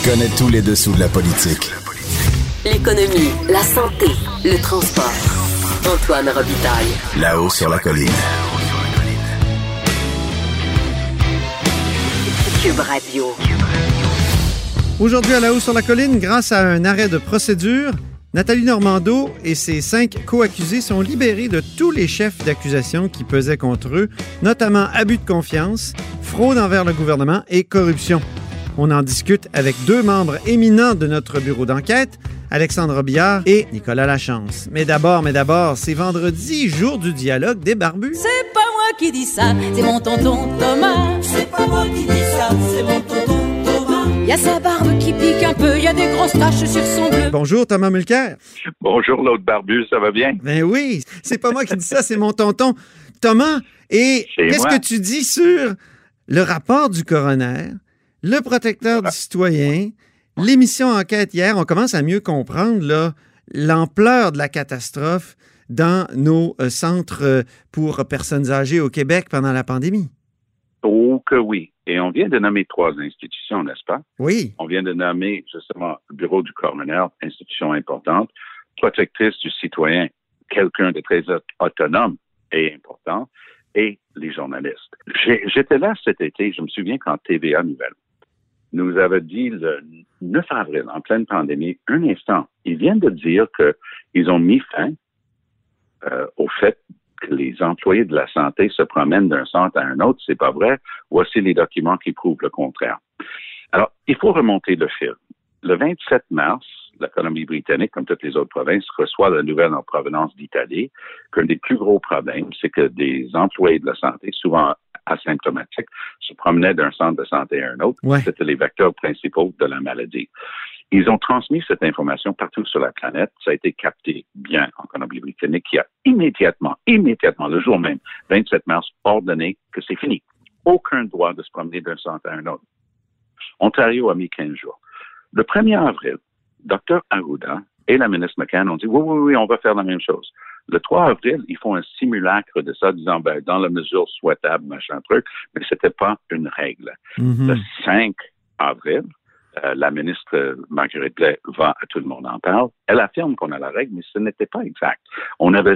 connaît tous les dessous de la politique. L'économie, la santé, le transport. Antoine Robitaille. Là-haut sur la colline. Cube Radio. Aujourd'hui, à La Haut sur la colline, grâce à un arrêt de procédure, Nathalie Normando et ses 5 co-accusés sont libérés de tous les chefs d'accusation qui pesaient contre eux, notamment abus de confiance, fraude envers le gouvernement et corruption. On en discute avec 2 membres éminents de notre bureau d'enquête, Alexandre Robillard et Nicolas Lachance. Mais d'abord, c'est vendredi, jour du dialogue des barbus. C'est pas moi qui dis ça, c'est mon tonton Thomas. C'est pas moi qui dis ça, c'est mon tonton Thomas. Il y a sa barbe qui pique un peu, il y a des grosses taches sur son bleu. Bonjour Thomas Mulcair. Bonjour l'autre barbu, ça va bien? Ben oui, c'est pas moi qui dis ça, c'est mon tonton Thomas. Et qu'est-ce que tu dis sur le rapport du coroner, le protecteur du citoyen, l'émission Enquête hier? On commence à mieux comprendre là, l'ampleur de la catastrophe dans nos centres pour personnes âgées au Québec pendant la pandémie. Oh que oui. Et on vient de nommer 3 institutions, n'est-ce pas? Oui. On vient de nommer justement le bureau du coroner, institution importante, protectrice du citoyen, quelqu'un de très autonome et important, et les journalistes. J'étais là cet été, je me souviens quand TVA Nouvelles nous avait dit le 9 avril, en pleine pandémie, un instant, ils viennent de dire qu'ils ont mis fin au fait que les employés de la santé se promènent d'un centre à un autre. C'est pas vrai. Voici les documents qui prouvent le contraire. Alors, il faut remonter le fil. Le 27 mars, la Colombie-Britannique, comme toutes les autres provinces, reçoit la nouvelle en provenance d'Italie qu'un des plus gros problèmes, c'est que des employés de la santé, souvent asymptomatiques, se promenaient d'un centre de santé à un autre. Ouais. C'était les vecteurs principaux de la maladie. Ils ont transmis cette information partout sur la planète. Ça a été capté bien en Colombie-Britannique qui a immédiatement, le jour même, 27 mars, ordonné que c'est fini. Aucun droit de se promener d'un centre à un autre. Ontario a mis 15 jours. Le 1er avril, Dr. Arruda et la ministre McCann ont dit oui, on va faire la même chose. Le 3 avril, ils font un simulacre de ça, disant, dans la mesure souhaitable, machin truc, mais c'était pas une règle. Mm-hmm. Le 5 avril, la ministre Marguerite Blais va à Tout le monde en parle. Elle affirme qu'on a la règle, mais ce n'était pas exact. On avait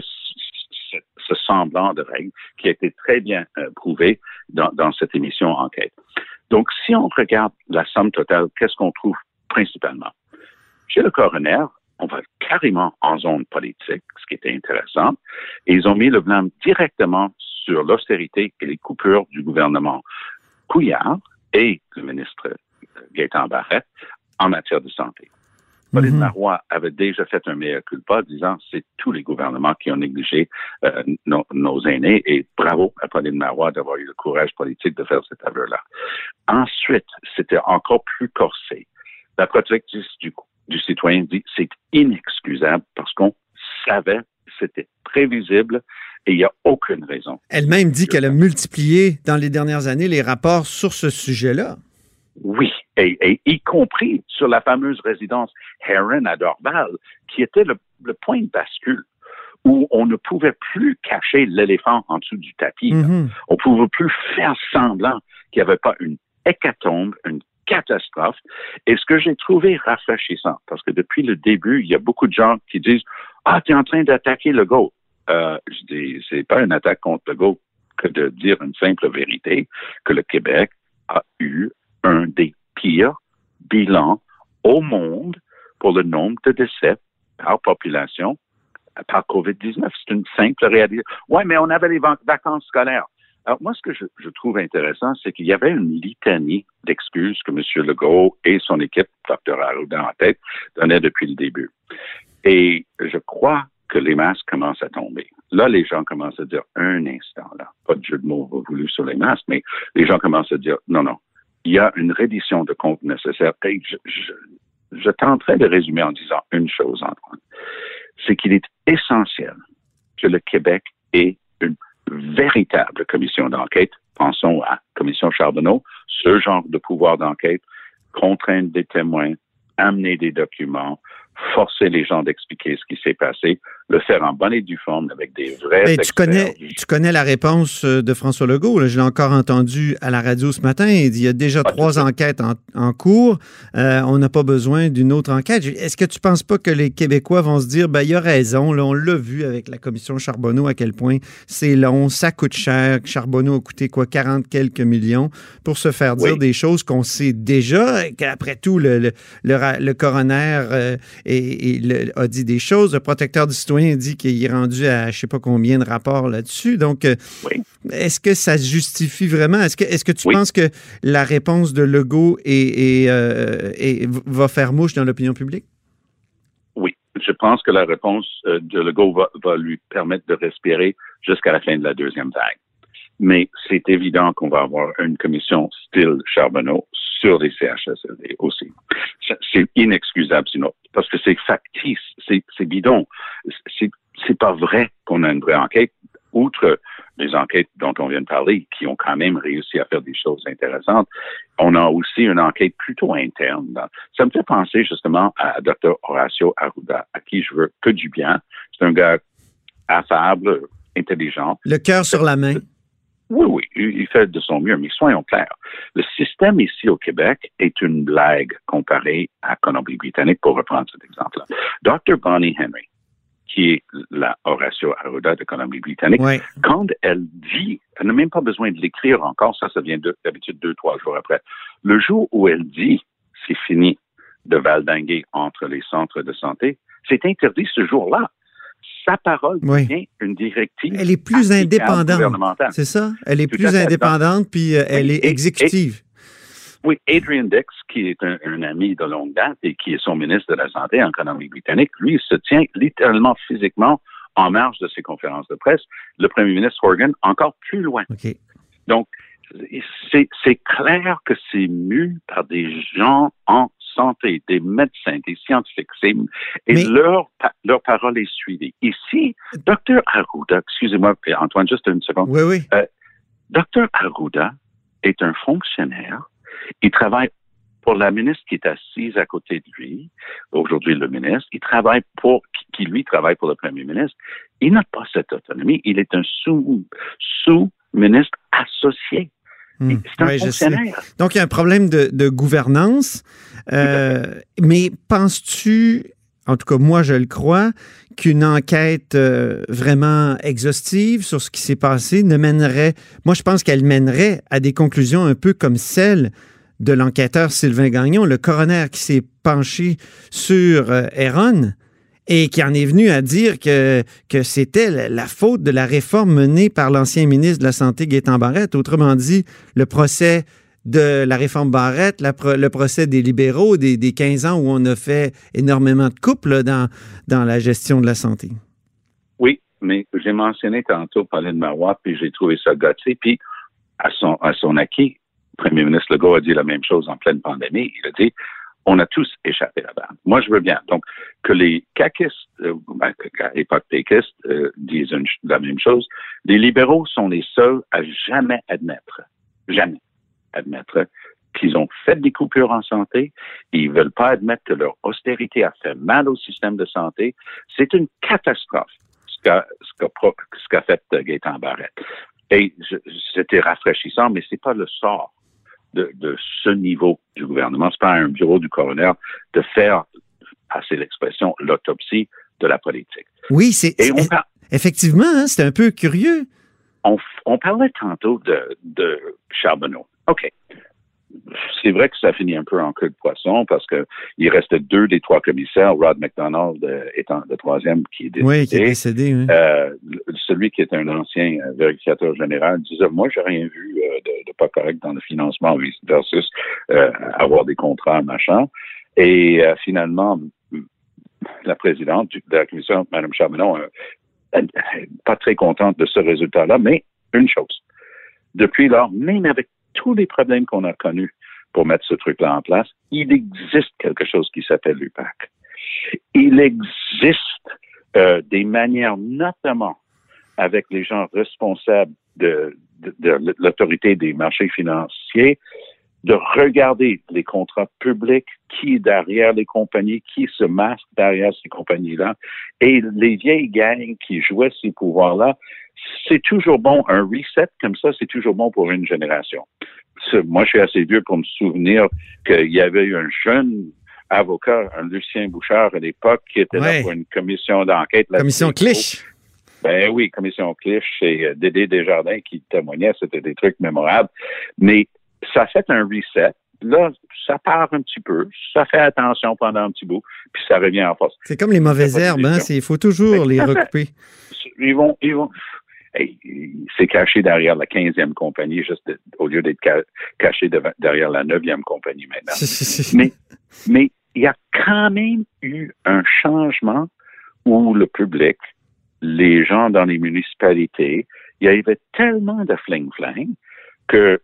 ce semblant de règle qui a été très bien prouvé dans cette émission Enquête. Donc, si on regarde la somme totale, qu'est-ce qu'on trouve principalement? Chez le coroner, on va carrément en zone politique, ce qui était intéressant, et ils ont mis le blâme directement sur l'austérité et les coupures du gouvernement Couillard et le ministre Gaétan Barrette en matière de santé. Pauline Marois avait déjà fait un mea culpa disant c'est tous les gouvernements qui ont négligé nos aînés et bravo à Pauline Marois d'avoir eu le courage politique de faire cet aveu-là. Ensuite, c'était encore plus corsé. La protectrice du citoyen dit c'est inexcusable parce qu'on savait, c'était prévisible et il n'y a aucune raison. Elle-même dit qu'elle a multiplié dans les dernières années les rapports sur ce sujet-là. Oui, et y compris sur la fameuse résidence Heron à Dorval, qui était le point de bascule où on ne pouvait plus cacher l'éléphant en dessous du tapis. Mm-hmm. On ne pouvait plus faire semblant qu'il n'y avait pas une hécatombe, une catastrophe. Et ce que j'ai trouvé rafraîchissant, parce que depuis le début, il y a beaucoup de gens qui disent « Ah, tu es en train d'attaquer Legault. » Je dis, c'est pas une attaque contre Legault que de dire une simple vérité, que le Québec a eu un des pires bilans au monde pour le nombre de décès par population par COVID-19. C'est une simple réalité. Ouais, mais on avait les vacances scolaires. Alors, moi, ce que je trouve intéressant, c'est qu'il y avait une litanie d'excuses que M. Legault et son équipe, Dr. Arruda en tête, donnaient depuis le début. Et je crois que les masques commencent à tomber. Là, les gens commencent à dire, un instant, là, pas de jeu de mots voulu sur les masques, mais les gens commencent à dire, non, il y a une reddition de comptes nécessaire. Et je tenterai de résumer en disant une chose, Antoine. C'est qu'il est essentiel que le Québec ait une véritable commission d'enquête. Pensons à la commission Charbonneau, ce genre de pouvoir d'enquête, contraindre des témoins, amener des documents, forcer les gens d'expliquer ce qui s'est passé, le faire en bonne et due forme avec des vrais experts. Tu connais la réponse de François Legault. Là, je l'ai encore entendu à la radio ce matin. Il dit il y a déjà 3 enquêtes en cours. On n'a pas besoin d'une autre enquête. Est-ce que tu ne penses pas que les Québécois vont se dire il a raison, là, on l'a vu avec la commission Charbonneau à quel point c'est long, ça coûte cher. Charbonneau a coûté 40 quelques millions pour se faire dire des choses qu'on sait déjà, qu'après tout, le coroner a dit des choses. Le protecteur du citoyen dit qu'il est rendu à je ne sais pas combien de rapports là-dessus. Donc, est-ce que ça se justifie vraiment? Est-ce que tu penses que la réponse de Legault va faire mouche dans l'opinion publique? Oui. Je pense que la réponse de Legault va lui permettre de respirer jusqu'à la fin de la deuxième vague. Mais c'est évident qu'on va avoir une commission style Charbonneau sur les CHSLD aussi. C'est inexcusable sinon, parce que c'est factice, c'est bidon. C'est pas vrai qu'on a une vraie enquête, outre les enquêtes dont on vient de parler, qui ont quand même réussi à faire des choses intéressantes. On a aussi une enquête plutôt interne. Ça me fait penser justement à Dr. Horacio Arruda, à qui je veux que du bien. C'est un gars affable, intelligent. Le cœur sur la main. Oui, il fait de son mieux, mais soyons clairs. Le système ici au Québec est une blague comparé à Colombie-Britannique, pour reprendre cet exemple-là. Dr. Bonnie Henry, qui est la Horacio Arruda de Colombie-Britannique, quand elle dit, elle n'a même pas besoin de l'écrire encore, ça vient d'habitude 2-3 jours après. Le jour où elle dit, c'est fini de valdinguer entre les centres de santé, c'est interdit ce jour-là. Sa parole devient une directive. Elle est plus indépendante. C'est ça? Elle est plus indépendante, puis elle est exécutive. Oui, Adrian Dix, qui est un ami de longue date et qui est son ministre de la Santé en Colombie-Britannique, lui, il se tient littéralement physiquement en marge de ses conférences de presse. Le premier ministre Horgan, encore plus loin. Okay. Donc, c'est clair que c'est mu par des gens en santé, des médecins, des scientifiques. Leur parole est suivie. Ici, Dr. Arruda, excusez-moi, Antoine, juste une seconde. Oui. Dr. Arruda est un fonctionnaire. Il travaille pour la ministre qui est assise à côté de lui, aujourd'hui le ministre. Qui travaille pour le premier ministre. Il n'a pas cette autonomie. Il est un sous-ministre associé. C'est un fonctionnaire. Donc, il y a un problème de gouvernance. Mais penses-tu, en tout cas, moi, je le crois, qu'une enquête vraiment exhaustive sur ce qui s'est passé moi, je pense qu'elle mènerait à des conclusions un peu comme celle de l'enquêteur Sylvain Gagnon, le coroner qui s'est penché sur Herron et qui en est venu à dire que c'était la faute de la réforme menée par l'ancien ministre de la Santé, Gaétan Barrette. Autrement dit, le procès de la réforme Barrette, le procès des libéraux, des 15 ans où on a fait énormément de coupes là, dans la gestion de la santé. Oui, mais j'ai mentionné tantôt Pauline Marois, puis j'ai trouvé ça gâté, puis à son acquis, le premier ministre Legault a dit la même chose en pleine pandémie. Il a dit on a tous échappé là-bas. Moi, je veux bien. Donc, que les caquistes, à l'époque péquistes, disent la même chose. Les libéraux sont les seuls à jamais admettre qu'ils ont fait des coupures en santé. Ils veulent pas admettre que leur austérité a fait mal au système de santé. C'est une catastrophe, ce qu'a fait Gaétan Barrette. Et c'était rafraîchissant, mais c'est pas le sort de ce niveau du gouvernement. C'est pas un bureau du coroner de faire, passer l'expression, l'autopsie de la politique. Oui, effectivement, hein, c'est un peu curieux. On parlait tantôt de Charbonneau. OK. C'est vrai que ça finit un peu en queue de poisson parce que il restait 2 des 3 commissaires, Rod MacDonald étant le 3e qui est décédé. Oui, qui est décédé. Oui. Celui qui est un ancien vérificateur général disait, moi, j'ai rien vu de pas correct dans le financement versus avoir des contrats, machin. Et finalement, la présidente de la commission, Mme Charbonneau, pas très contente de ce résultat-là, mais une chose. Depuis lors, même avec tous les problèmes qu'on a connus pour mettre ce truc-là en place, il existe quelque chose qui s'appelle l'UPAC. Il existe des manières, notamment avec les gens responsables de l'autorité des marchés financiers, de regarder les contrats publics, qui est derrière les compagnies, qui se masque derrière ces compagnies-là, et les vieilles gangs qui jouaient ces pouvoirs-là, c'est toujours bon. Un reset comme ça, c'est toujours bon pour une génération. Moi, je suis assez vieux pour me souvenir qu'il y avait eu un jeune avocat, un Lucien Bouchard à l'époque, qui était là pour une commission d'enquête. Commission Clich. Ben oui, commission Clich, et Dédé Desjardins qui témoignait, c'était des trucs mémorables. Mais ça fait un reset. Là, ça part un petit peu, ça fait attention pendant un petit bout, puis ça revient en force. C'est comme les mauvaises herbes, hein? Il faut toujours les recouper. Ils vont. Hey, c'est caché derrière la 15e compagnie, au lieu d'être caché derrière la 9e compagnie maintenant. mais il y a quand même eu un changement où le public, les gens dans les municipalités, il y avait tellement de fling-fling que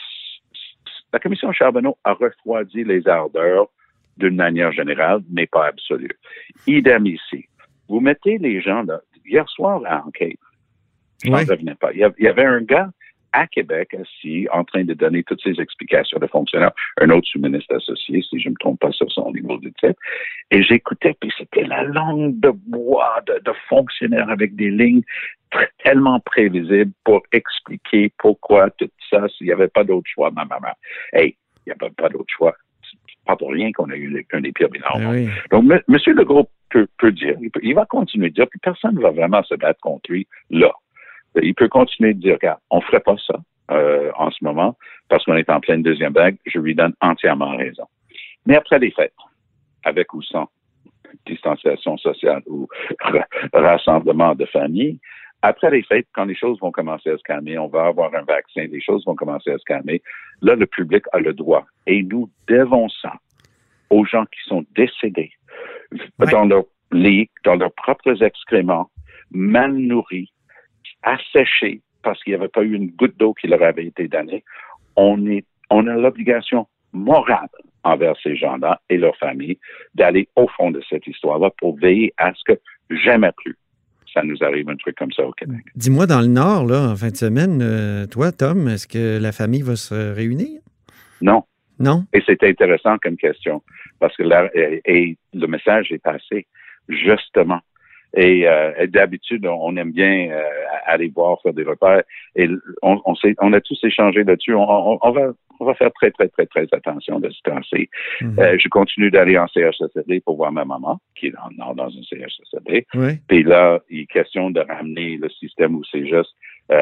la commission Charbonneau a refroidi les ardeurs d'une manière générale, mais pas absolue. Idem ici. Vous mettez les gens là. Hier soir, à enquête, je n'en revenais pas. Il y avait un gars à Québec assis en train de donner toutes ses explications de fonctionnaire, un autre sous-ministre associé, si je ne me trompe pas sur son niveau de titre. Et j'écoutais, puis c'était la langue de bois de fonctionnaire avec des lignes tellement prévisibles pour expliquer pourquoi tout ça, s'il n'y avait pas d'autre choix, ma maman. Hey, il n'y a pas d'autre choix. C'est pas pour rien qu'on a eu un des pires bilans. Oui. Donc, M. Legault peut dire, il va continuer de dire, puis personne ne va vraiment se battre contre lui là. Il peut continuer de dire, regarde, on ne ferait pas ça en ce moment parce qu'on est en pleine deuxième vague. Je lui donne entièrement raison. Mais après les fêtes, avec ou sans distanciation sociale ou rassemblement de famille, après les fêtes, quand les choses vont commencer à se calmer, on va avoir un vaccin, les choses vont commencer à se calmer. Là, le public a le droit. Et nous devons ça aux gens qui sont décédés dans leur lit, dans leurs propres excréments, mal nourris, asséchés parce qu'il n'y avait pas eu une goutte d'eau qui leur avait été donnée. On a l'obligation morale envers ces gens-là et leurs familles d'aller au fond de cette histoire-là pour veiller à ce que jamais plus ça nous arrive un truc comme ça au Québec. Dis-moi, dans le Nord, là, en fin de semaine, toi, Tom, est-ce que la famille va se réunir? Non. Non? Et c'est intéressant comme question parce que le message est passé, justement. Et d'habitude, on aime bien aller voir, faire des repères. Et on a tous échangé là-dessus. On va faire très, très, très, très attention de ce temps-ci. Je continue d'aller en CHSLD pour voir ma maman, qui est dans le Nord, dans une CHSLD. Oui. Puis là, il est question de ramener le système où c'est juste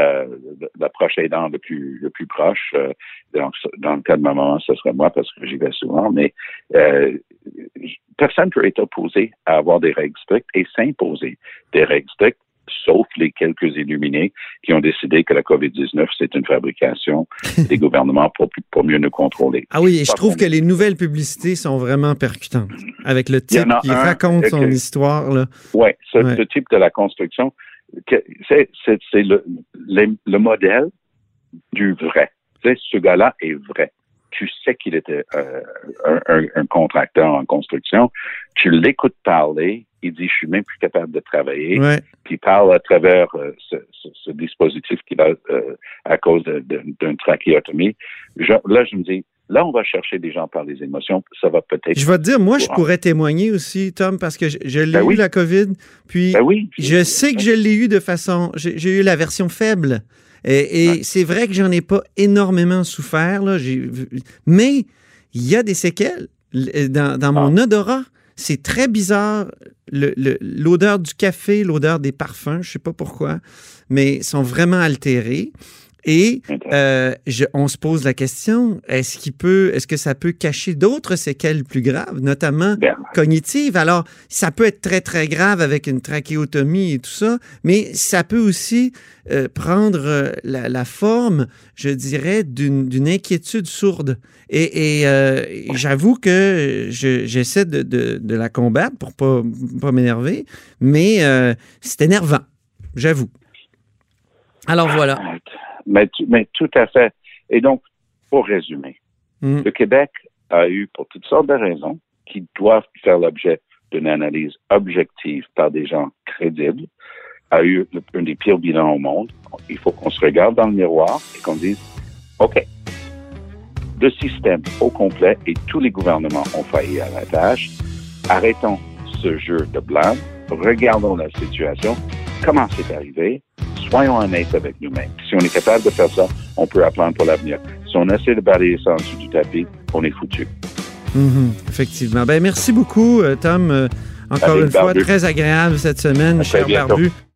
la proche aidant le plus proche. Donc, dans le cas de ma maman, ce serait moi parce que j'y vais souvent. Mais personne ne peut être opposé à avoir des règles strictes et s'imposer des règles strictes, sauf les quelques illuminés qui ont décidé que la COVID-19, c'est une fabrication des gouvernements pour mieux nous contrôler. Ah oui, et je trouve que les nouvelles publicités sont vraiment percutantes. Avec le type qui raconte son histoire. Oui, ce type de la construction, c'est le modèle du vrai. Tu sais, ce gars-là est vrai. Tu sais qu'il était un contracteur en construction. Tu l'écoutes parler. Il dit, je suis même plus capable de travailler. Ouais. Puis il parle à travers ce dispositif qu'il a à cause d'une trachéotomie. Là, je me dis, là, on va chercher des gens par les émotions. Ça va peut-être... Je vais te dire, moi, je pourrais témoigner aussi, Tom, parce que je l'ai eu, la COVID. Puis, je sais que je l'ai eu de façon... J'ai eu la version faible. Et c'est vrai que j'en ai pas énormément souffert, là. Mais il y a des séquelles dans mon odorat. C'est très bizarre, l'odeur du café, l'odeur des parfums, je sais pas pourquoi, mais sont vraiment altérés. Et on se pose la question, est-ce que ça peut cacher d'autres séquelles plus graves, notamment cognitives? Alors, ça peut être très, très grave avec une trachéotomie et tout ça, mais ça peut aussi prendre la forme, je dirais, d'une inquiétude sourde. Et j'avoue que j'essaie de la combattre pour pas m'énerver, mais c'est énervant, j'avoue. Alors voilà. Mais tout à fait. Et donc, pour résumer, le Québec a eu, pour toutes sortes de raisons, qui doivent faire l'objet d'une analyse objective par des gens crédibles, a eu un des pires bilans au monde. Il faut qu'on se regarde dans le miroir et qu'on dise, OK, le système au complet et tous les gouvernements ont failli à la tâche. Arrêtons ce jeu de blâme. Regardons la situation. Comment c'est arrivé? Soyons honnêtes avec nous-mêmes. Si on est capable de faire ça, on peut apprendre pour l'avenir. Si on essaie de balayer ça en dessous du tapis, on est foutu. Effectivement. Ben, merci beaucoup, Tom. Encore une fois, très agréable cette semaine, cher Barbu.